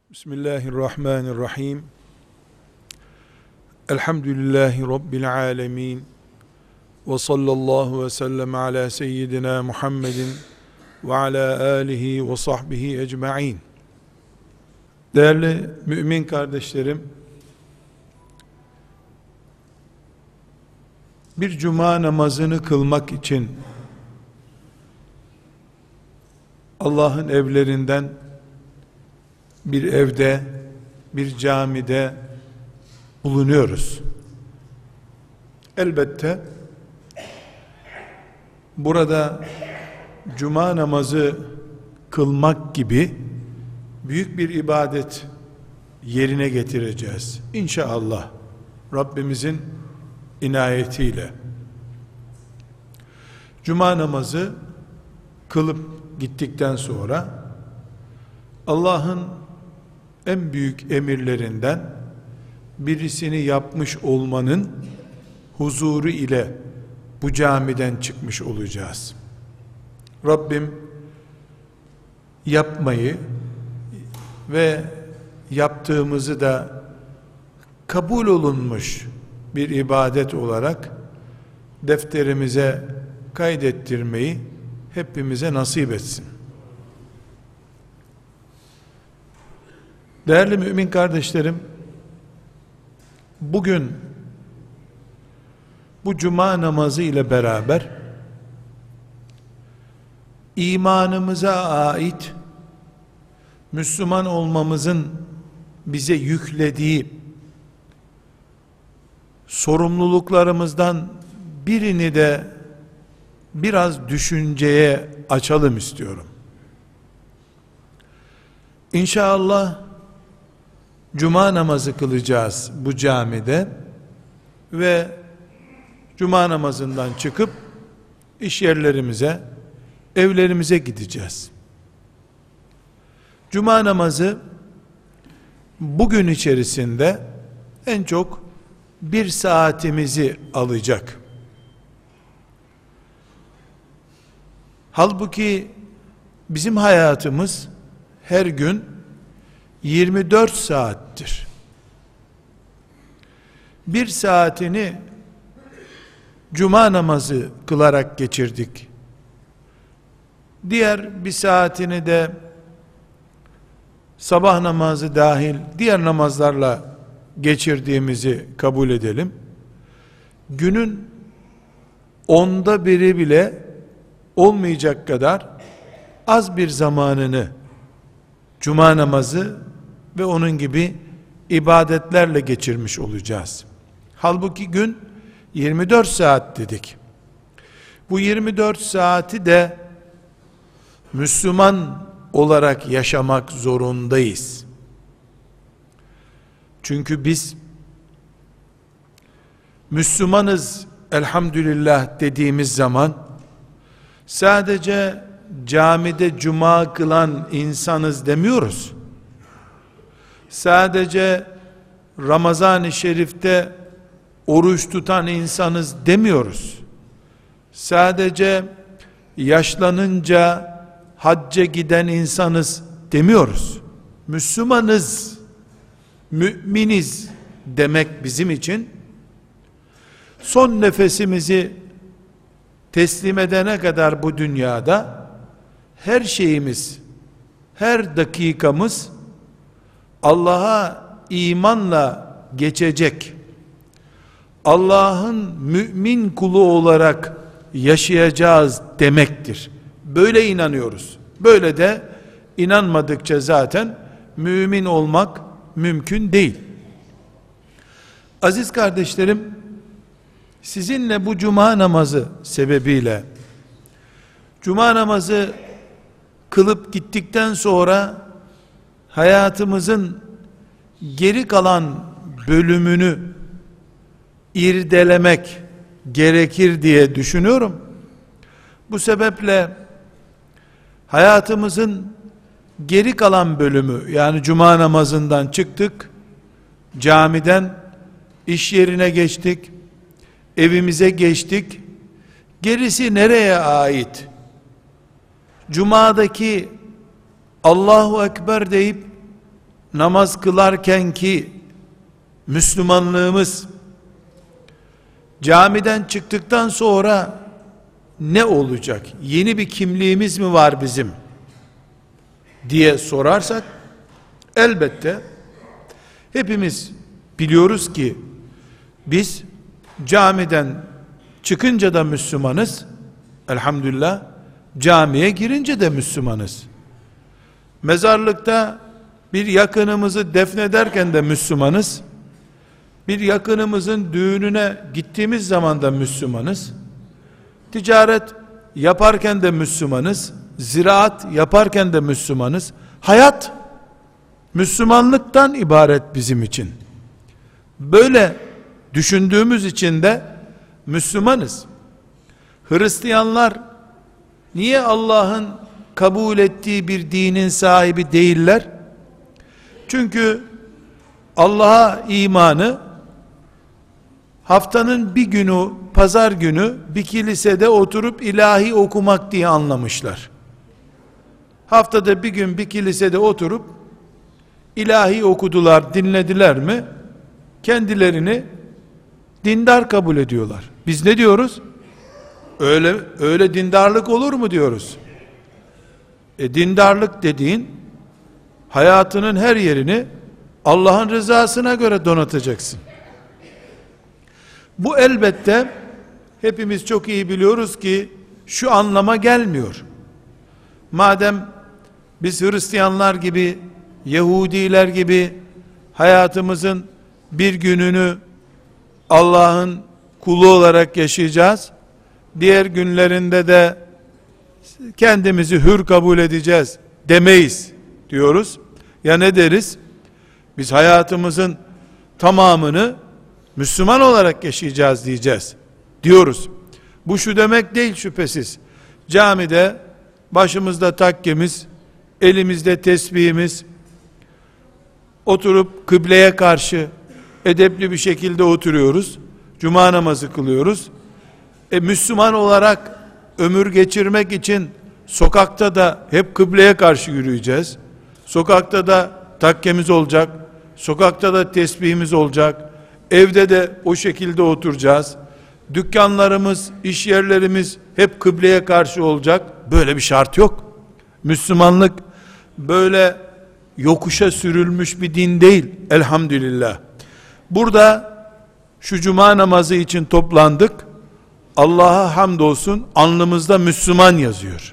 Bismillahirrahmanirrahim. Elhamdülillahi Rabbil alemin. Ve sallallahu ve sellem ala seyyidina Muhammedin ve ala alihi ve sahbihi ecma'in. Değerli mümin kardeşlerim, bir cuma namazını kılmak için Allah'ın evlerinden bir evde, bir camide bulunuyoruz. Elbette burada cuma namazı kılmak gibi büyük bir ibadet yerine getireceğiz. İnşallah Rabbimizin inayetiyle. Cuma namazı kılıp gittikten sonra Allah'ın en büyük emirlerinden birisini yapmış olmanın huzuru ile bu camiden çıkmış olacağız. Rabbim yapmayı ve yaptığımızı da kabul olunmuş bir ibadet olarak defterimize kaydettirmeyi hepimize nasip etsin. Değerli mümin kardeşlerim, bugün bu cuma namazı ile beraber imanımıza ait Müslüman olmamızın bize yüklediği sorumluluklarımızdan birini de biraz düşünceye açalım istiyorum. İnşallah cuma namazı kılacağız bu camide ve cuma namazından çıkıp iş yerlerimize, evlerimize gideceğiz. Cuma namazı bugün içerisinde en çok 1 saatimizi alacak. Halbuki bizim hayatımız her gün 24 saattir. 1 saatini cuma namazı kılarak geçirdik. Diğer 1 saatini de sabah namazı dahil diğer namazlarla geçirdiğimizi kabul edelim. Günün 1/10 bile olmayacak kadar az bir zamanını cuma namazı ve onun gibi ibadetlerle geçirmiş olacağız. Halbuki gün 24 saat dedik. Bu 24 saati de Müslüman olarak yaşamak zorundayız. Çünkü biz Müslümanız elhamdülillah dediğimiz zaman sadece camide cuma kılan insanız demiyoruz. Sadece Ramazan-ı Şerif'te oruç tutan insanız demiyoruz. Sadece yaşlanınca hacca giden insanız demiyoruz. Müslümanız, müminiz demek bizim için son nefesimizi teslim edene kadar bu dünyada her şeyimiz, her dakikamız Allah'a imanla geçecek, Allah'ın mümin kulu olarak yaşayacağız demektir. Böyle inanıyoruz. Böyle de inanmadıkça zaten mümin olmak mümkün değil. Aziz kardeşlerim, sizinle bu cuma namazı sebebiyle cuma namazı kılıp gittikten sonra hayatımızın geri kalan bölümünü irdelemek gerekir diye düşünüyorum. Bu sebeple hayatımızın geri kalan bölümü, yani cuma namazından çıktık, camiden iş yerine geçtik, evimize geçtik, gerisi nereye ait? Cuma'daki Allahu Ekber deyip namaz kılarken ki Müslümanlığımız camiden çıktıktan sonra ne olacak? Yeni bir kimliğimiz mi var bizim diye sorarsak, elbette hepimiz biliyoruz ki biz camiden çıkınca da Müslümanız, elhamdülillah, camiye girince de Müslümanız. Mezarlıkta bir yakınımızı defnederken de Müslümanız. Bir yakınımızın düğününe gittiğimiz zaman da Müslümanız. Ticaret yaparken de Müslümanız. Ziraat yaparken de Müslümanız. Hayat Müslümanlıktan ibaret bizim için. Böyle düşündüğümüz için de Müslümanız. Hristiyanlar niye Allah'ın kabul ettiği bir dinin sahibi değiller? Çünkü Allah'a imanı haftanın bir günü, pazar günü bir kilisede oturup ilahi okumak diye anlamışlar. Haftada bir gün bir kilisede oturup ilahi okudular, dinlediler mi kendilerini dindar kabul ediyorlar. Biz ne diyoruz? Öyle dindarlık olur mu diyoruz? Dindarlık dediğin, hayatının her yerini Allah'ın rızasına göre donatacaksın. Bu elbette hepimiz çok iyi biliyoruz ki şu anlama gelmiyor. Madem biz Hristiyanlar gibi, Yahudiler gibi hayatımızın bir gününü Allah'ın kulu olarak yaşayacağız, diğer günlerinde de kendimizi hür kabul edeceğiz demeyiz diyoruz. Ya ne deriz? Biz hayatımızın tamamını Müslüman olarak yaşayacağız diyeceğiz diyoruz. Bu şu demek değil şüphesiz. Camide başımızda takkemiz, elimizde tesbihimiz, oturup kıbleye karşı edepli bir şekilde oturuyoruz. Cuma namazı kılıyoruz. Müslüman olarak ömür geçirmek için sokakta da hep kıbleye karşı yürüyeceğiz. Sokakta da takkemiz olacak. Sokakta da tesbihimiz olacak. Evde de o şekilde oturacağız. Dükkanlarımız, iş yerlerimiz hep kıbleye karşı olacak. Böyle bir şart yok. Müslümanlık böyle yokuşa sürülmüş bir din değil. Elhamdülillah. Burada şu cuma namazı için toplandık. Allah'a hamdolsun alnımızda Müslüman yazıyor.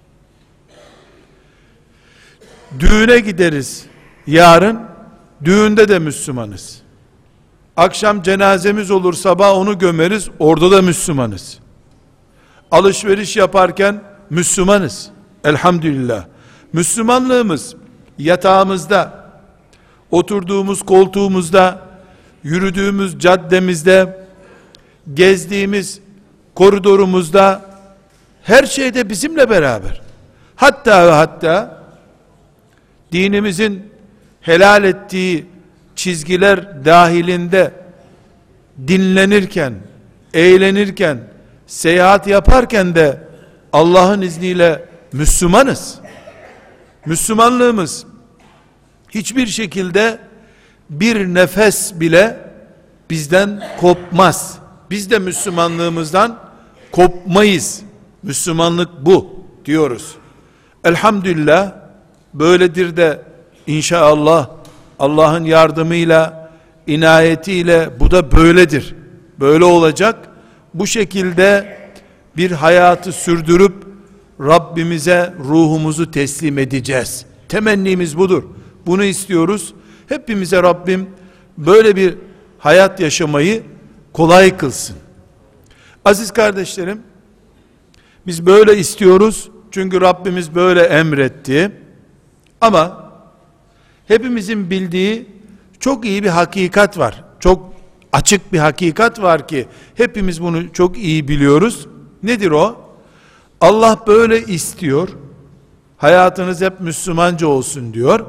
Düğüne gideriz yarın, düğünde de Müslümanız. Akşam cenazemiz olur, sabah onu gömeriz, orada da Müslümanız. Alışveriş yaparken Müslümanız. Elhamdülillah. Müslümanlığımız yatağımızda, oturduğumuz koltuğumuzda, yürüdüğümüz caddemizde, gezdiğimiz koridorumuzda, her şeyde bizimle beraber. Hatta ve hatta dinimizin helal ettiği çizgiler dahilinde dinlenirken, eğlenirken, seyahat yaparken de Allah'ın izniyle Müslümanız. Müslümanlığımız hiçbir şekilde bir nefes bile bizden kopmaz. Biz de Müslümanlığımızdan kopmayız. Müslümanlık bu diyoruz. Elhamdülillah böyledir de inşallah Allah'ın yardımıyla, inayetiyle bu da böyledir. Böyle olacak. Bu şekilde bir hayatı sürdürüp Rabbimize ruhumuzu teslim edeceğiz. Temennimiz budur. Bunu istiyoruz. Hepimize Rabbim böyle bir hayat yaşamayı kolay kılsın. Aziz kardeşlerim, biz böyle istiyoruz. Çünkü Rabbimiz böyle emretti. Ama hepimizin bildiği çok iyi bir hakikat var. Çok açık bir hakikat var ki hepimiz bunu çok iyi biliyoruz. Nedir o? Allah böyle istiyor. Hayatınız hep Müslümanca olsun diyor.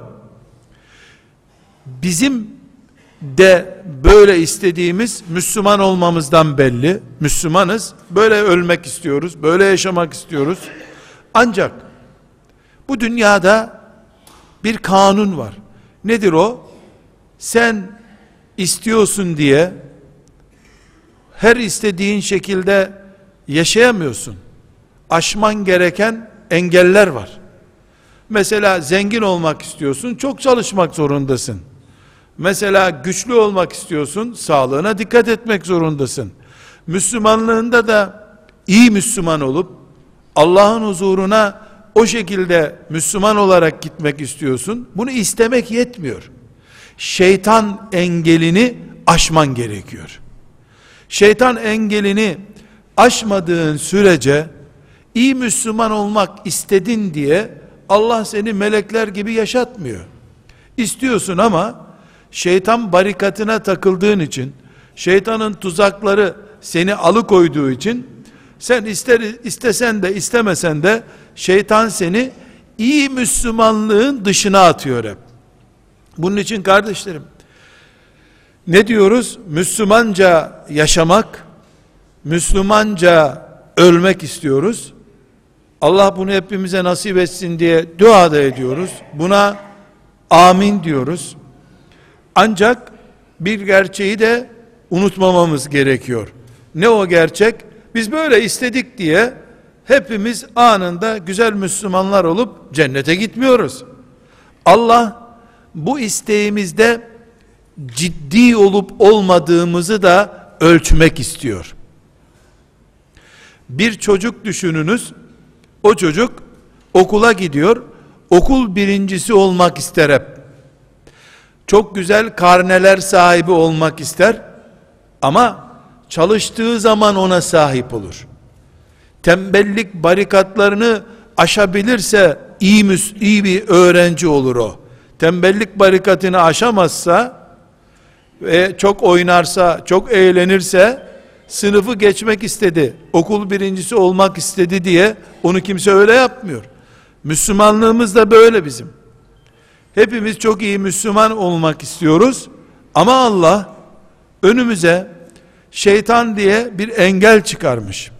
Bizim de böyle istediğimiz Müslüman olmamızdan belli. Müslümanız. Böyle ölmek istiyoruz. Böyle yaşamak istiyoruz. Ancak bu dünyada bir kanun var. Nedir o? Sen istiyorsun diye her istediğin şekilde yaşayamıyorsun. Aşman gereken engeller var. Mesela zengin olmak istiyorsun, çok çalışmak zorundasın. Mesela güçlü olmak istiyorsun, sağlığına dikkat etmek zorundasın. Müslümanlığında da iyi Müslüman olup Allah'ın huzuruna o şekilde Müslüman olarak gitmek istiyorsun. Bunu istemek yetmiyor. Şeytan engelini aşman gerekiyor. Şeytan engelini aşmadığın sürece iyi Müslüman olmak istedin diye Allah seni melekler gibi yaşatmıyor. İstiyorsun ama şeytan barikatına takıldığın için, şeytanın tuzakları seni alıkoyduğu için sen istesen de istemesen de şeytan seni iyi Müslümanlığın dışına atıyor hep. Bunun için kardeşlerim, ne diyoruz? Müslümanca yaşamak, Müslümanca ölmek istiyoruz. Allah bunu hepimize nasip etsin diye dua da ediyoruz. Buna amin diyoruz. Ancak bir gerçeği de unutmamamız gerekiyor. Ne o gerçek? Biz böyle istedik diye hepimiz anında güzel Müslümanlar olup cennete gitmiyoruz. Allah bu isteğimizde ciddi olup olmadığımızı da ölçmek istiyor. Bir çocuk düşününüz. O çocuk okula gidiyor. Okul birincisi olmak ister hep. Çok güzel karneler sahibi olmak ister. Ama çalıştığı zaman ona sahip olur. Tembellik barikatlarını aşabilirse iyi bir öğrenci olur o. Tembellik barikatını aşamazsa ve çok oynarsa, çok eğlenirse, sınıfı geçmek istedi, okul birincisi olmak istedi diye onu kimse öyle yapmıyor. Müslümanlığımız da böyle bizim. Hepimiz çok iyi Müslüman olmak istiyoruz ama Allah önümüze şeytan diye bir engel çıkarmış.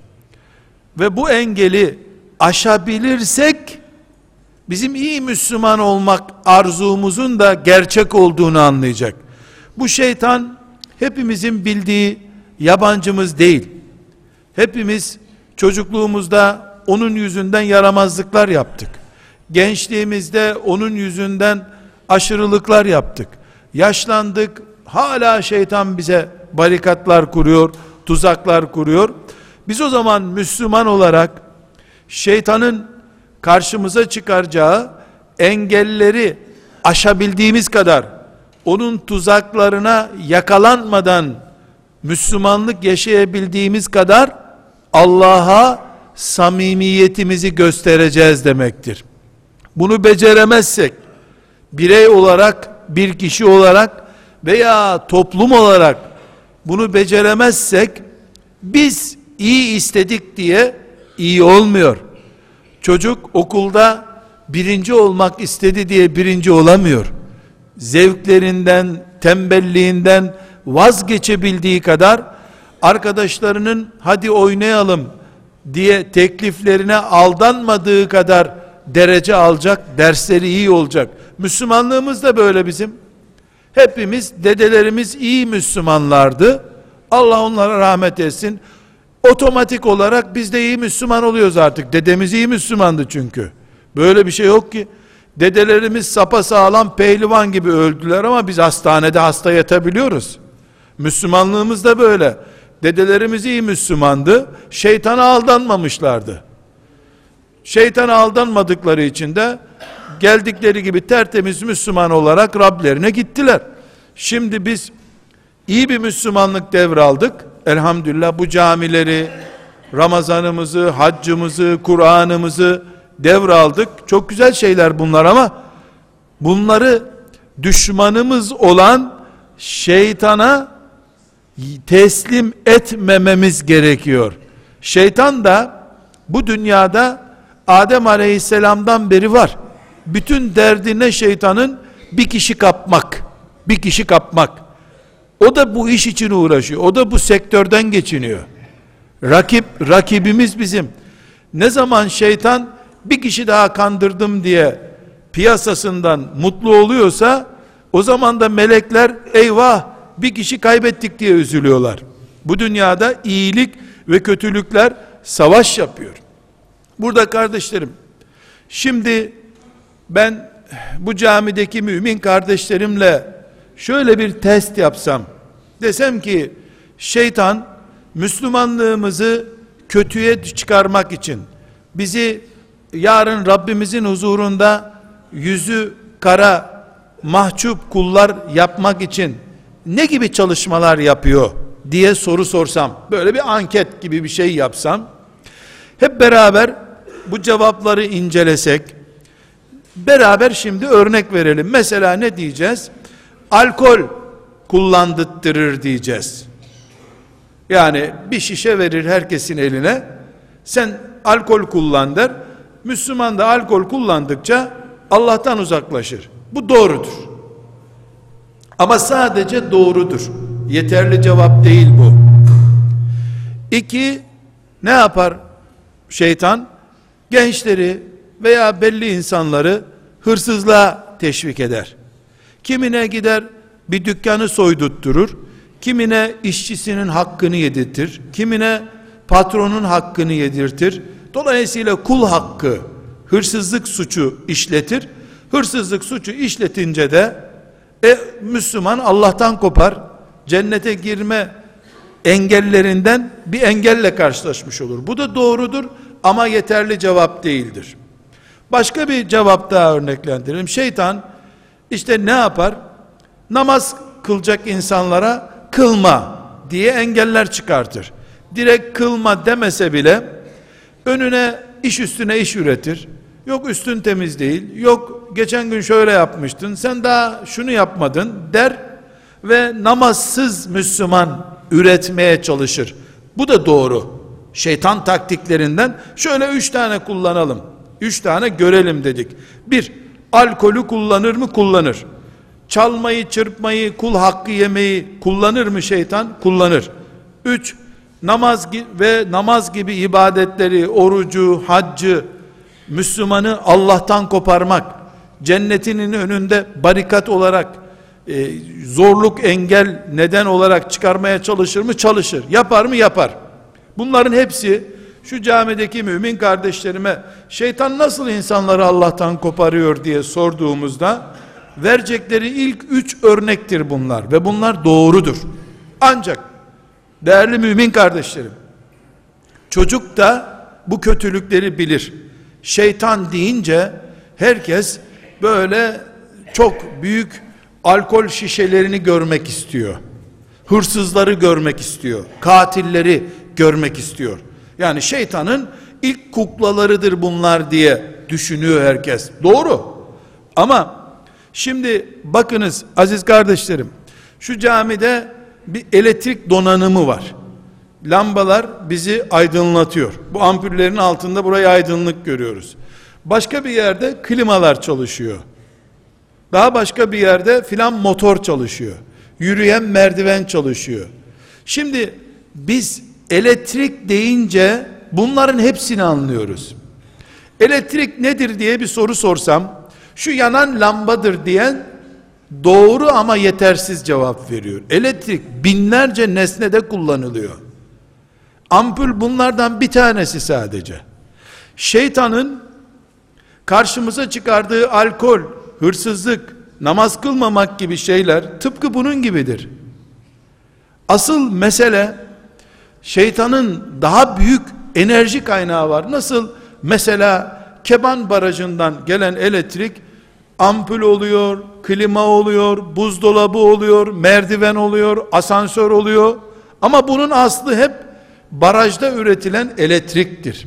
Ve bu engeli aşabilirsek bizim iyi Müslüman olmak arzumuzun da gerçek olduğunu anlayacak. Bu şeytan hepimizin bildiği yabancımız değil. Hepimiz çocukluğumuzda onun yüzünden yaramazlıklar yaptık. Gençliğimizde onun yüzünden aşırılıklar yaptık. Yaşlandık, hala şeytan bize barikatlar kuruyor, tuzaklar kuruyor. Biz o zaman Müslüman olarak şeytanın karşımıza çıkaracağı engelleri aşabildiğimiz kadar, onun tuzaklarına yakalanmadan Müslümanlık yaşayabildiğimiz kadar Allah'a samimiyetimizi göstereceğiz demektir. Bunu beceremezsek, birey olarak, bir kişi olarak veya toplum olarak bunu beceremezsek, biz iyi istedik diye iyi olmuyor. Çocuk okulda birinci olmak istedi diye birinci olamıyor. Zevklerinden, tembelliğinden vazgeçebildiği kadar, arkadaşlarının hadi oynayalım diye tekliflerine aldanmadığı kadar derece alacak, dersleri iyi olacak. Müslümanlığımız da böyle bizim. Hepimiz, dedelerimiz iyi Müslümanlardı. Allah onlara rahmet etsin. Otomatik olarak biz de iyi Müslüman oluyoruz artık. Dedemiz iyi Müslümandı çünkü. Böyle bir şey yok ki. Dedelerimiz sapasağlam pehlivan gibi öldüler ama biz hastanede hasta yatabiliyoruz. Müslümanlığımız da böyle. Dedelerimiz iyi Müslümandı. Şeytana aldanmamışlardı. Şeytana aldanmadıkları için de geldikleri gibi tertemiz Müslüman olarak Rablerine gittiler. Şimdi biz iyi bir Müslümanlık devraldık. Elhamdülillah bu camileri, Ramazanımızı, haccımızı, Kur'an'ımızı devraldık. Çok güzel şeyler bunlar ama bunları düşmanımız olan şeytana teslim etmememiz gerekiyor. Şeytan da bu dünyada Adem Aleyhisselam'dan beri var. Bütün derdine şeytanın bir kişi kapmak. Bir kişi kapmak. O da bu iş için uğraşıyor. O da bu sektörden geçiniyor. Rakibimiz bizim. Ne zaman şeytan bir kişi daha kandırdım diye piyasasından mutlu oluyorsa, O zaman da melekler eyvah bir kişi kaybettik diye üzülüyorlar. Bu dünyada iyilik ve kötülükler savaş yapıyor. Burada kardeşlerim, şimdi ben bu camideki mümin kardeşlerimle şöyle bir test yapsam, desem ki şeytan Müslümanlığımızı kötüye çıkarmak için, bizi yarın Rabbimizin huzurunda yüzü kara mahcup kullar yapmak için ne gibi çalışmalar yapıyor diye soru sorsam, böyle bir anket gibi bir şey yapsam, hep beraber bu cevapları incelesek, beraber şimdi örnek verelim. Mesela ne diyeceğiz? Alkol kullandırır diyeceğiz. Yani bir şişe verir herkesin eline, sen alkol kullan der. Müslüman da alkol kullandıkça Allah'tan uzaklaşır. Bu doğrudur. Ama sadece doğrudur. Yeterli cevap değil bu. İki, ne yapar şeytan? Gençleri veya belli insanları hırsızlığa teşvik eder. Kimine gider bir dükkanı soydurtturur, kimine işçisinin hakkını yedirtir, kimine patronun hakkını yedirtir. Dolayısıyla kul hakkı, hırsızlık suçu işletir. Hırsızlık suçu işletince de Müslüman Allah'tan kopar, cennete girme engellerinden bir engelle karşılaşmış olur. Bu da doğrudur ama yeterli cevap değildir. Başka bir cevap daha örneklendirelim. Şeytan işte ne yapar? Namaz kılacak insanlara kılma diye engeller çıkartır. Direkt kılma demese bile önüne iş üstüne iş üretir. Yok üstün temiz değil, yok geçen gün şöyle yapmıştın, sen daha şunu yapmadın der ve namazsız Müslüman üretmeye çalışır. Bu da doğru. Şeytan taktiklerinden şöyle 3 tane kullanalım. 3 tane görelim dedik. 1. Alkolü kullanır mı? Kullanır. Çalmayı, çırpmayı, kul hakkı yemeyi kullanır mı şeytan? Kullanır. 3. Namaz gibi ibadetleri, orucu, haccı, Müslümanı Allah'tan koparmak, cennetinin önünde barikat olarak, zorluk engel neden olarak çıkarmaya çalışır mı? Çalışır. Yapar mı? Yapar. Bunların hepsi şu camideki mümin kardeşlerime şeytan nasıl insanları Allah'tan koparıyor diye sorduğumuzda verecekleri ilk 3 örnektir bunlar ve bunlar doğrudur. Ancak değerli mümin kardeşlerim, çocuk da bu kötülükleri bilir. Şeytan deyince herkes böyle çok büyük alkol şişelerini görmek istiyor. Hırsızları görmek istiyor. Katilleri görmek istiyor. Yani şeytanın ilk kuklalarıdır bunlar diye düşünüyor herkes. Doğru. Ama şimdi bakınız aziz kardeşlerim, şu camide bir elektrik donanımı var. Lambalar bizi aydınlatıyor. Bu ampullerin altında burayı aydınlık görüyoruz. Başka bir yerde klimalar çalışıyor. Daha başka bir yerde filan motor çalışıyor. Yürüyen merdiven çalışıyor. Şimdi biz elektrik deyince bunların hepsini anlıyoruz. Elektrik nedir diye bir soru sorsam, şu yanan lambadır diyen doğru ama yetersiz cevap veriyor. Elektrik binlerce nesnede kullanılıyor. Ampul bunlardan bir tanesi sadece. Şeytanın karşımıza çıkardığı alkol, hırsızlık, namaz kılmamak gibi şeyler tıpkı bunun gibidir. Asıl mesele şeytanın daha büyük enerji kaynağı var. Nasıl? Mesela Keban Barajı'ndan gelen elektrik ampul oluyor, klima oluyor, buzdolabı oluyor, merdiven oluyor, asansör oluyor. Ama bunun aslı hep barajda üretilen elektriktir.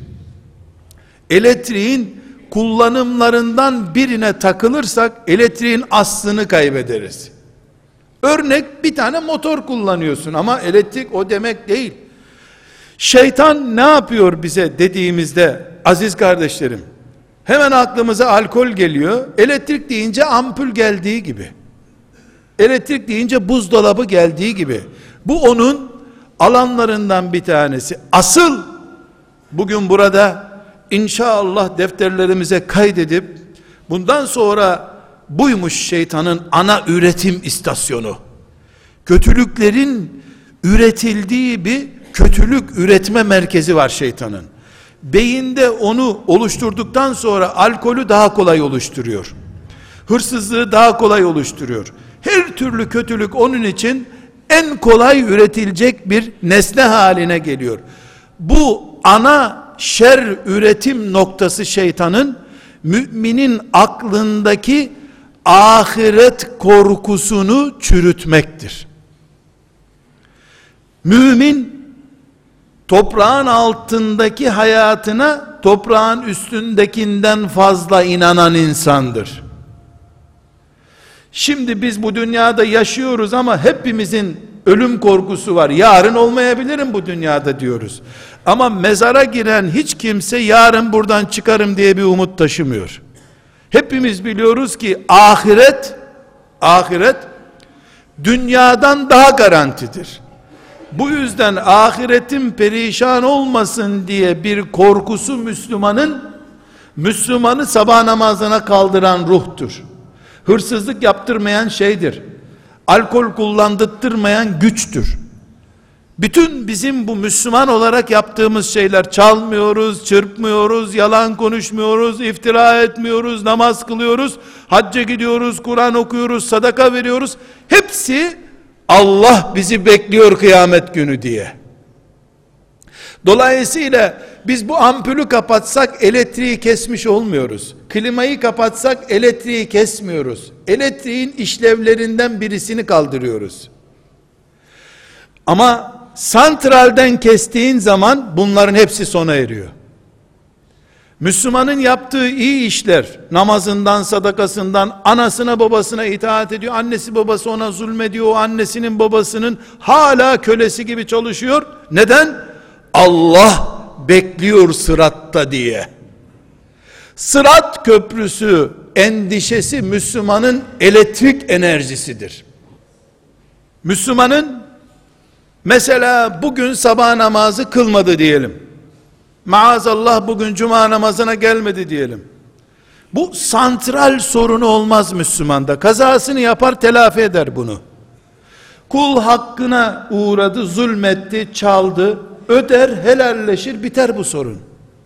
Elektriğin kullanımlarından birine takılırsak elektriğin aslını kaybederiz. Örnek, bir tane motor kullanıyorsun ama elektrik o demek değil. Şeytan ne yapıyor bize dediğimizde aziz kardeşlerim, hemen aklımıza alkol geliyor. Elektrik deyince ampul geldiği gibi, elektrik deyince buzdolabı geldiği gibi, bu onun alanlarından bir tanesi. Asıl bugün burada İnşallah defterlerimize kaydedip bundan sonra buymuş şeytanın ana üretim istasyonu. Kötülüklerin üretildiği bir kötülük üretme merkezi var şeytanın. Beyinde onu oluşturduktan sonra alkolü daha kolay oluşturuyor. Hırsızlığı daha kolay oluşturuyor. Her türlü kötülük onun için en kolay üretilecek bir nesne haline geliyor. Bu ana şer üretim noktası şeytanın, müminin aklındaki ahiret korkusunu çürütmektir. Mümin, toprağın altındaki hayatına toprağın üstündekinden fazla inanan insandır. Şimdi biz bu dünyada yaşıyoruz ama hepimizin ölüm korkusu var. Yarın olmayabilirim bu dünyada diyoruz. Ama mezara giren hiç kimse yarın buradan çıkarım diye bir umut taşımıyor. Hepimiz biliyoruz ki ahiret dünyadan daha garantidir. Bu yüzden ahiretin perişan olmasın diye bir korkusu Müslümanı sabah namazına kaldıran ruhtur. Hırsızlık yaptırmayan şeydir. Alkol kullandırtmayan güçtür. Bütün bizim bu Müslüman olarak yaptığımız şeyler, çalmıyoruz, çırpmıyoruz, yalan konuşmuyoruz, iftira etmiyoruz, namaz kılıyoruz, hacca gidiyoruz, Kur'an okuyoruz, sadaka veriyoruz. Hepsi Allah bizi bekliyor kıyamet günü diye. Dolayısıyla biz bu ampulü kapatsak elektriği kesmiş olmuyoruz. Klimayı kapatsak elektriği kesmiyoruz. Elektriğin işlevlerinden birisini kaldırıyoruz. Ama santralden kestiğin zaman bunların hepsi sona eriyor. Müslümanın yaptığı iyi işler, namazından, sadakasından, anasına babasına itaat ediyor, annesi babası ona zulmediyor, o annesinin babasının hala kölesi gibi çalışıyor. Neden? Allah bekliyor sıratta diye. Sırat köprüsü endişesi Müslümanın elektrik enerjisidir. Müslümanın mesela bugün sabah namazı kılmadı diyelim. Maazallah bugün cuma namazına gelmedi diyelim. Bu santral sorunu olmaz Müslümanda. Kazasını yapar, telafi eder bunu. Kul hakkına uğradı, zulmetti, çaldı, öder, helalleşir, biter bu sorun.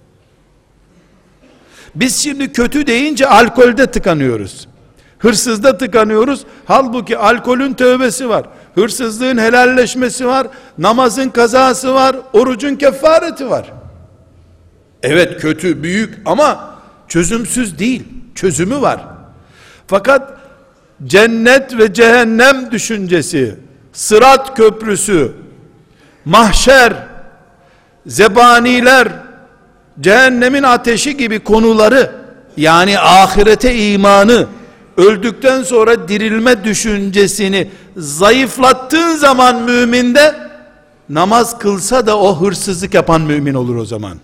Biz şimdi kötü deyince alkolde tıkanıyoruz. Hırsızda tıkanıyoruz. Halbuki alkolün tövbesi var. Hırsızlığın helalleşmesi var. Namazın kazası var. Orucun kefareti var. Evet, kötü büyük ama çözümsüz değil. Çözümü var. Fakat cennet ve cehennem düşüncesi, sırat köprüsü, mahşer, zebaniler, cehennemin ateşi gibi konuları, yani ahirete imanı, öldükten sonra dirilme düşüncesini zayıflattığın zaman müminde, namaz kılsa da o hırsızlık yapan mümin olur o zaman.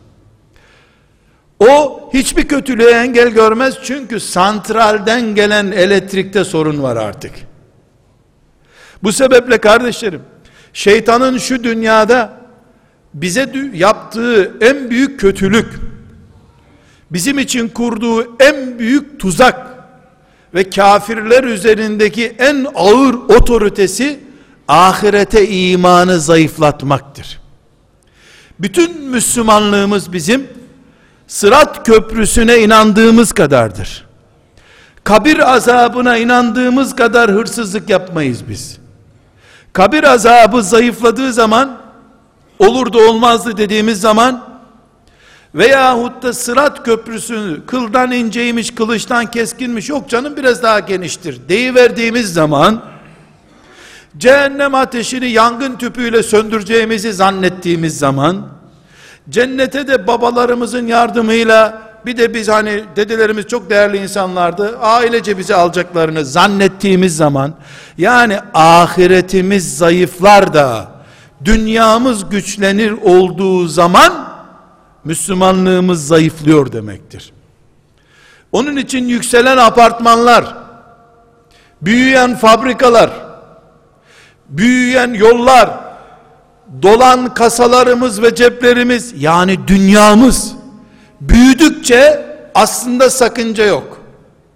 O hiçbir kötülüğe engel görmez, çünkü santralden gelen elektrikte sorun var artık. Bu sebeple kardeşlerim, şeytanın şu dünyada bize yaptığı en büyük kötülük, bizim için kurduğu en büyük tuzak ve kafirler üzerindeki en ağır otoritesi, ahirete imanı zayıflatmaktır. Bütün Müslümanlığımız bizim sırat köprüsüne inandığımız kadardır. Kabir azabına inandığımız kadar hırsızlık yapmayız biz. Kabir azabı zayıfladığı zaman, olur da olmazdı dediğimiz zaman, veyahut da sırat köprüsü kıldan inceymiş, kılıçtan keskinmiş, yok canım biraz daha geniştir deyiverdiğimiz zaman, cehennem ateşini yangın tüpüyle söndüreceğimizi zannettiğimiz zaman, cennete de babalarımızın yardımıyla, bir de biz hani dedelerimiz çok değerli insanlardı, ailece bizi alacaklarını zannettiğimiz zaman, yani ahiretimiz zayıflar da dünyamız güçlenir olduğu zaman Müslümanlığımız zayıflıyor demektir. Onun için yükselen apartmanlar, büyüyen fabrikalar, büyüyen yollar, dolan kasalarımız ve ceplerimiz, yani dünyamız büyüdükçe aslında sakınca yok.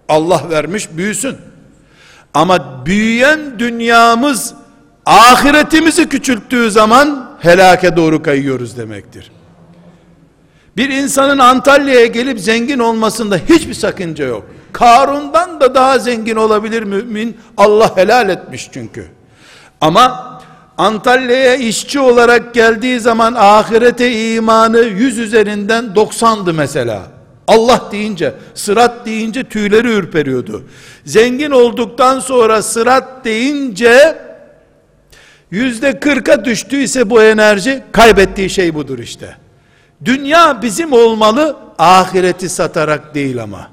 Allah vermiş, büyüsün. Ama büyüyen dünyamız ahiretimizi küçülttüğü zaman helake doğru kayıyoruz demektir. Bir insanın Antalya'ya gelip zengin olmasında hiçbir sakınca yok. Karun'dan da daha zengin olabilir mümin. Allah helal etmiş çünkü. Ama Antalya'ya işçi olarak geldiği zaman ahirete imanı 100 üzerinden 90'dı mesela. Allah deyince, sırat deyince tüyleri ürperiyordu. Zengin olduktan sonra sırat deyince %40'a düştüyse bu enerji, kaybettiği şey budur işte. Dünya bizim olmalı, ahireti satarak değil ama.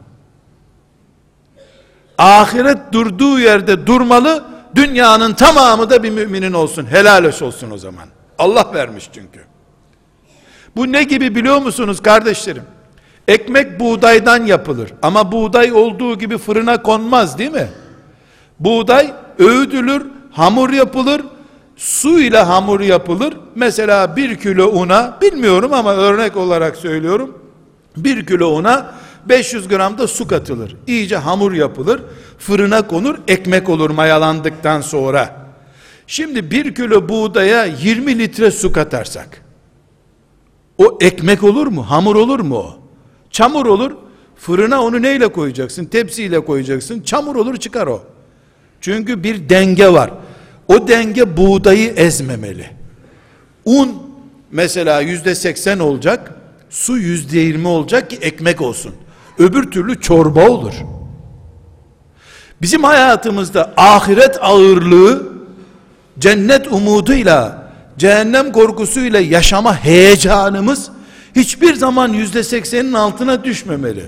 Ahiret durduğu yerde durmalı, dünyanın tamamı da bir müminin olsun, helal olsun o zaman. Allah vermiş çünkü. Bu ne gibi biliyor musunuz kardeşlerim? Ekmek buğdaydan yapılır ama buğday olduğu gibi fırına konmaz, değil mi? Buğday öğütülür, hamur yapılır, su ile hamur yapılır. Mesela 1 kilo una, bilmiyorum ama örnek olarak söylüyorum, 1 kilo una 500 gram da su katılır. İyice hamur yapılır, fırına konur, ekmek olur mayalandıktan sonra. Şimdi 1 kilo buğdaya 20 litre su katarsak, o ekmek olur mu? Hamur olur mu o? Çamur olur. Fırına onu neyle koyacaksın? Tepsiyle koyacaksın. Çamur olur, çıkar o. Çünkü bir denge var. O denge buğdayı ezmemeli. Un mesela %80 olacak, su %20 olacak ki ekmek olsun. Öbür türlü çorba olur. Bizim hayatımızda ahiret ağırlığı, cennet umuduyla, cehennem korkusuyla yaşama heyecanımız hiçbir zaman %80'in altına düşmemeli.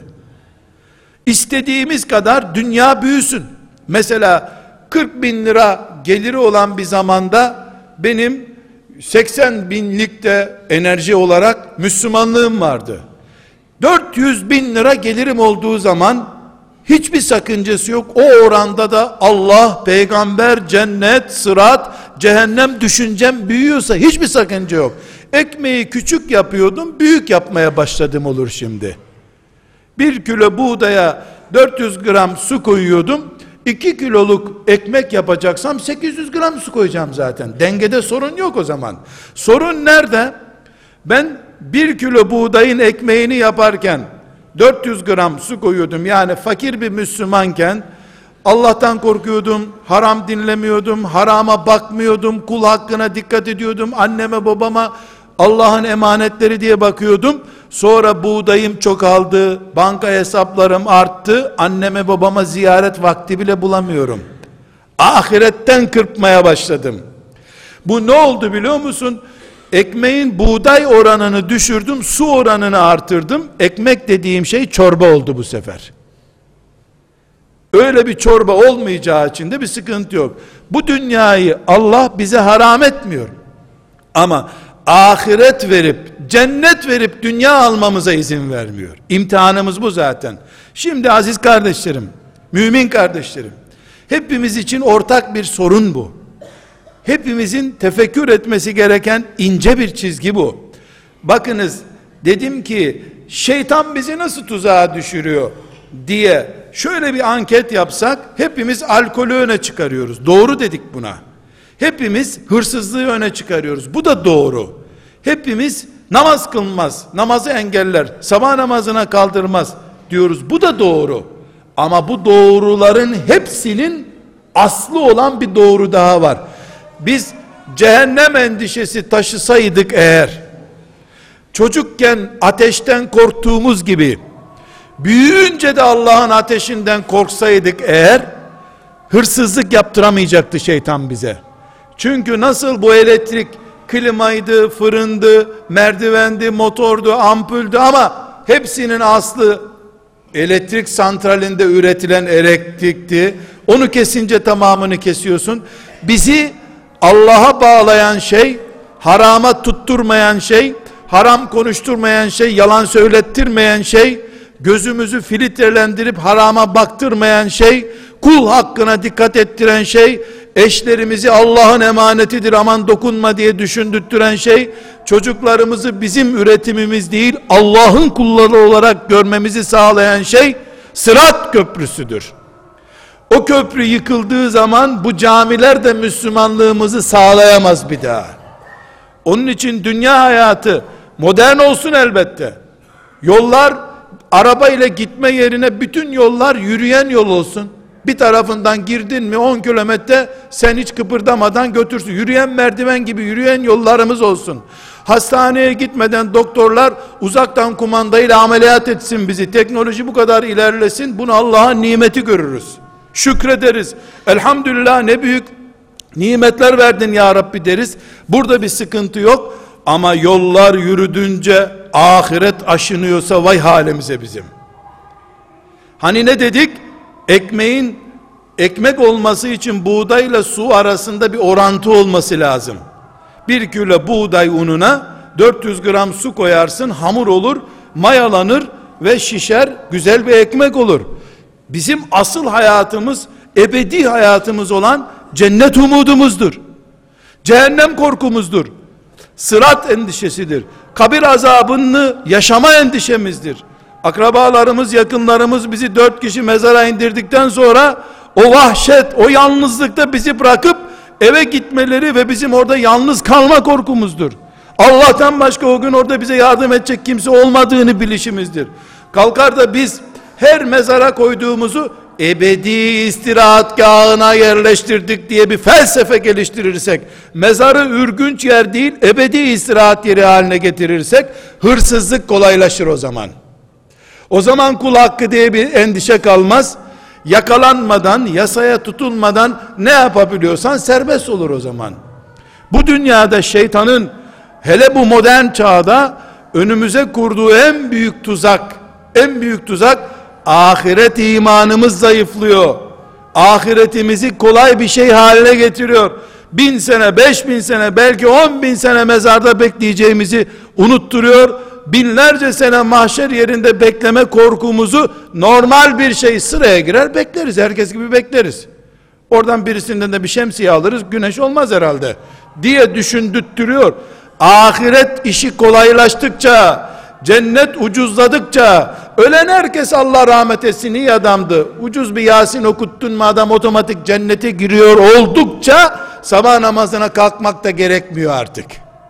İstediğimiz kadar dünya büyüsün. Mesela 40 bin lira geliri olan bir zamanda benim 80 binlik de enerji olarak Müslümanlığım vardı. 400 bin lira gelirim olduğu zaman hiçbir sakıncası yok. O oranda da Allah, peygamber, cennet, sırat, cehennem düşüncem büyüyorsa hiçbir sakınca yok. Ekmeği küçük yapıyordum, büyük yapmaya başladım olur şimdi. 1 kilo buğdaya 400 gram su koyuyordum. 2 kiloluk ekmek yapacaksam 800 gram su koyacağım zaten. Dengede sorun yok o zaman. Sorun nerede? Ben 1 kilo buğdayın ekmeğini yaparken 400 gram su koyuyordum. Yani fakir bir Müslümanken Allah'tan korkuyordum, haram dinlemiyordum, harama bakmıyordum, kul hakkına dikkat ediyordum, anneme babama Allah'ın emanetleri diye bakıyordum. Sonra buğdayım çoğaldı, banka hesaplarım arttı, anneme babama ziyaret vakti bile bulamıyorum. Ahiretten kırpmaya başladım. Bu ne oldu biliyor musun? Ekmeğin buğday oranını düşürdüm, su oranını artırdım. Ekmek dediğim şey çorba oldu bu sefer. Öyle bir çorba olmayacağı için de bir sıkıntı yok. Bu dünyayı Allah bize haram etmiyor. Ama ahiret verip, cennet verip dünya almamıza izin vermiyor. İmtihanımız bu zaten. Şimdi aziz kardeşlerim, mümin kardeşlerim, hepimiz için ortak bir sorun bu. Hepimizin tefekkür etmesi gereken ince bir çizgi bu. Bakınız, dedim ki şeytan bizi nasıl tuzağa düşürüyor diye şöyle bir anket yapsak, hepimiz alkolü öne çıkarıyoruz. Doğru dedik buna. Hepimiz hırsızlığı öne çıkarıyoruz. Bu da doğru. Hepimiz namaz kılmaz, namazı engeller, sabah namazına kaldırmaz diyoruz. Bu da doğru. Ama bu doğruların hepsinin aslı olan bir doğru daha var. Biz cehennem endişesi taşısaydık eğer, çocukken ateşten korktuğumuz gibi, büyüyünce de Allah'ın ateşinden korksaydık eğer, hırsızlık yaptıramayacaktı şeytan bize. Çünkü nasıl bu elektrik klimaydı, fırındı, merdivendi, motordu, ampuldü ama hepsinin aslı elektrik santralinde üretilen elektrikti. Onu kesince tamamını kesiyorsun. Bizi Allah'a bağlayan şey, harama tutturmayan şey, haram konuşturmayan şey, yalan söylettirmeyen şey, gözümüzü filtrelendirip harama baktırmayan şey, kul hakkına dikkat ettiren şey, eşlerimizi Allah'ın emanetidir aman dokunma diye düşündürtüren şey, çocuklarımızı bizim üretimimiz değil Allah'ın kulları olarak görmemizi sağlayan şey, Sırat köprüsüdür. O köprü yıkıldığı zaman bu camiler de Müslümanlığımızı sağlayamaz bir daha. Onun için dünya hayatı modern olsun elbette. Yollar araba ile gitme yerine bütün yollar yürüyen yol olsun. Bir tarafından girdin mi 10 kilometre sen hiç kıpırdamadan götürsün. Yürüyen merdiven gibi yürüyen yollarımız olsun. Hastaneye gitmeden doktorlar uzaktan kumandayla ameliyat etsin bizi. Teknoloji bu kadar ilerlesin. Bunu Allah'ın nimeti görürüz. Şükrederiz. Elhamdülillah ne büyük nimetler verdin ya Rabbi deriz. Burada bir sıkıntı yok. Ama yollar yürüdünce ahiret aşınıyorsa vay halimize bizim. Hani ne dedik? Ekmek olması için buğdayla su arasında bir orantı olması lazım. 1 kilo buğday ununa 400 gram su koyarsın, hamur olur, mayalanır ve şişer, güzel bir ekmek olur. Bizim asıl hayatımız, ebedi hayatımız olan cennet umudumuzdur. Cehennem korkumuzdur. Sırat endişesidir. Kabir azabını yaşama endişemizdir. Akrabalarımız, yakınlarımız bizi 4 kişi mezara indirdikten sonra o vahşet, o yalnızlıkta bizi bırakıp eve gitmeleri ve bizim orada yalnız kalma korkumuzdur. Allah'tan başka o gün orada bize yardım edecek kimse olmadığını bilişimizdir. Kalkar da biz her mezara koyduğumuzu ebedi istirahatgahına yerleştirdik diye bir felsefe geliştirirsek, mezarı ürgünç yer değil ebedi istirahat yeri haline getirirsek, hırsızlık kolaylaşır o zaman. O zaman kul hakkı diye bir endişe kalmaz. Yakalanmadan, yasaya tutulmadan ne yapabiliyorsan serbest olur o zaman. Bu dünyada şeytanın, hele bu modern çağda önümüze kurduğu en büyük tuzak, ahiret imanımız zayıflıyor. Ahiretimizi kolay bir şey haline getiriyor. 1000 sene, 5000 sene, belki 10.000 sene mezarda bekleyeceğimizi unutturuyor. Binlerce sene mahşer yerinde bekleme korkumuzu normal bir şey, sıraya girer bekleriz, herkes gibi bekleriz. Oradan birisinden de bir şemsiye alırız, güneş olmaz herhalde diye düşündürtüyor. Ahiret işi kolaylaştıkça, cennet ucuzladıkça, ölen herkes Allah rahmet etsin iyi adamdı, ucuz bir Yasin okuttun mu adam otomatik cennete giriyor oldukça sabah namazına kalkmak da gerekmiyor artık.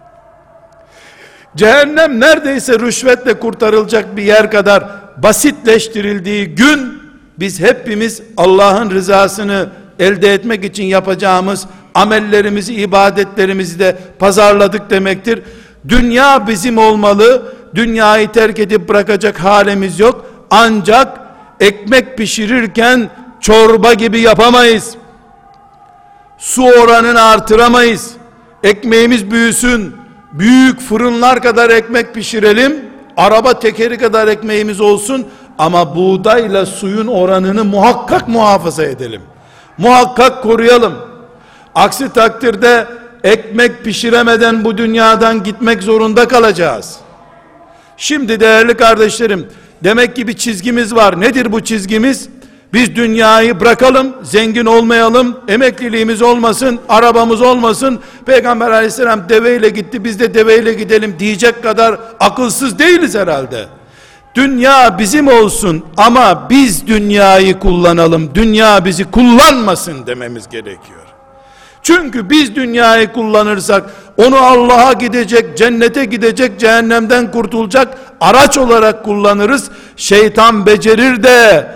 Cehennem neredeyse rüşvetle kurtarılacak bir yer kadar basitleştirildiği gün, biz hepimiz Allah'ın rızasını elde etmek için yapacağımız amellerimizi, ibadetlerimizi de pazarladık demektir. Dünya bizim olmalı, dünyayı terk edip bırakacak halimiz yok. Ancak ekmek pişirirken çorba gibi yapamayız. Su oranını artıramayız. Ekmeğimiz büyüsün, büyük fırınlar kadar ekmek pişirelim, araba tekeri kadar ekmeğimiz olsun, ama buğdayla suyun oranını muhakkak muhafaza edelim. Muhakkak koruyalım. Aksi takdirde ekmek pişiremeden bu dünyadan gitmek zorunda kalacağız. Şimdi değerli kardeşlerim, demek ki bir çizgimiz var. Nedir bu çizgimiz? Biz dünyayı bırakalım, zengin olmayalım, emekliliğimiz olmasın, arabamız olmasın, Peygamber aleyhisselam deveyle gitti, biz de deveyle gidelim diyecek kadar akılsız değiliz herhalde. Dünya bizim olsun ama biz dünyayı kullanalım, dünya bizi kullanmasın dememiz gerekiyor. Çünkü biz dünyayı kullanırsak, onu Allah'a gidecek, cennete gidecek, cehennemden kurtulacak araç olarak kullanırız. Şeytan becerir de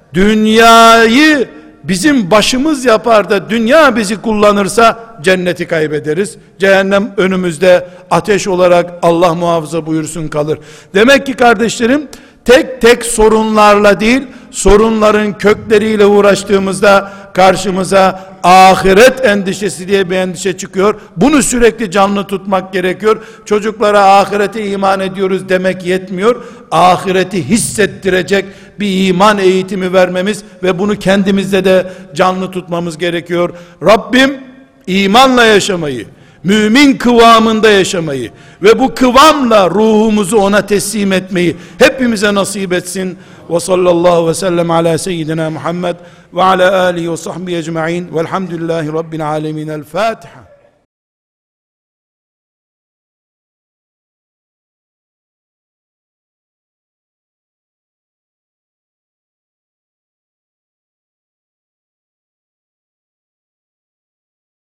dünyayı bizim başımız yapar da dünya bizi kullanırsa cenneti kaybederiz. Cehennem önümüzde ateş olarak Allah muhafaza buyursun kalır. Demek ki kardeşlerim, tek tek sorunlarla değil, sorunların kökleriyle uğraştığımızda karşımıza ahiret endişesi diye bir endişe çıkıyor. Bunu sürekli canlı tutmak gerekiyor. Çocuklara ahirete iman ediyoruz demek yetmiyor. Ahireti hissettirecek bir iman eğitimi vermemiz ve bunu kendimizde de canlı tutmamız gerekiyor. Rabbim imanla yaşamayı, mümin kıvamında yaşamayı ve bu kıvamla ruhumuzu ona teslim etmeyi hepimize nasip etsin. Ve sallallahu ve sellem ala seyyidina Muhammed ve ala alihi ve sahbihi ecma'in velhamdülillahi rabbil alemin. El Fatiha.